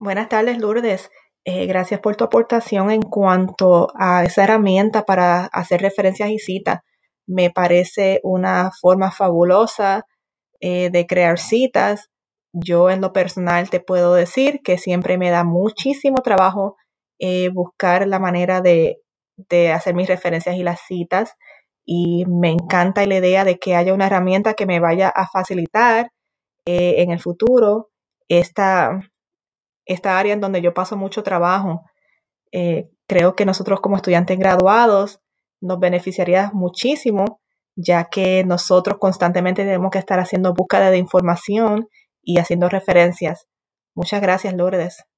Buenas tardes, Lourdes. Gracias por tu aportación en cuanto a esa herramienta para hacer referencias y citas. Me parece una forma fabulosa de crear citas. Yo en lo personal te puedo decir que siempre me da muchísimo trabajo buscar la manera de hacer mis referencias y las citas. Y me encanta la idea de que haya una herramienta que me vaya a facilitar en el futuro esta área en donde yo paso mucho trabajo. Creo que nosotros como estudiantes graduados nos beneficiaría muchísimo, ya que nosotros constantemente tenemos que estar haciendo búsqueda de información y haciendo referencias. Muchas gracias, Lourdes.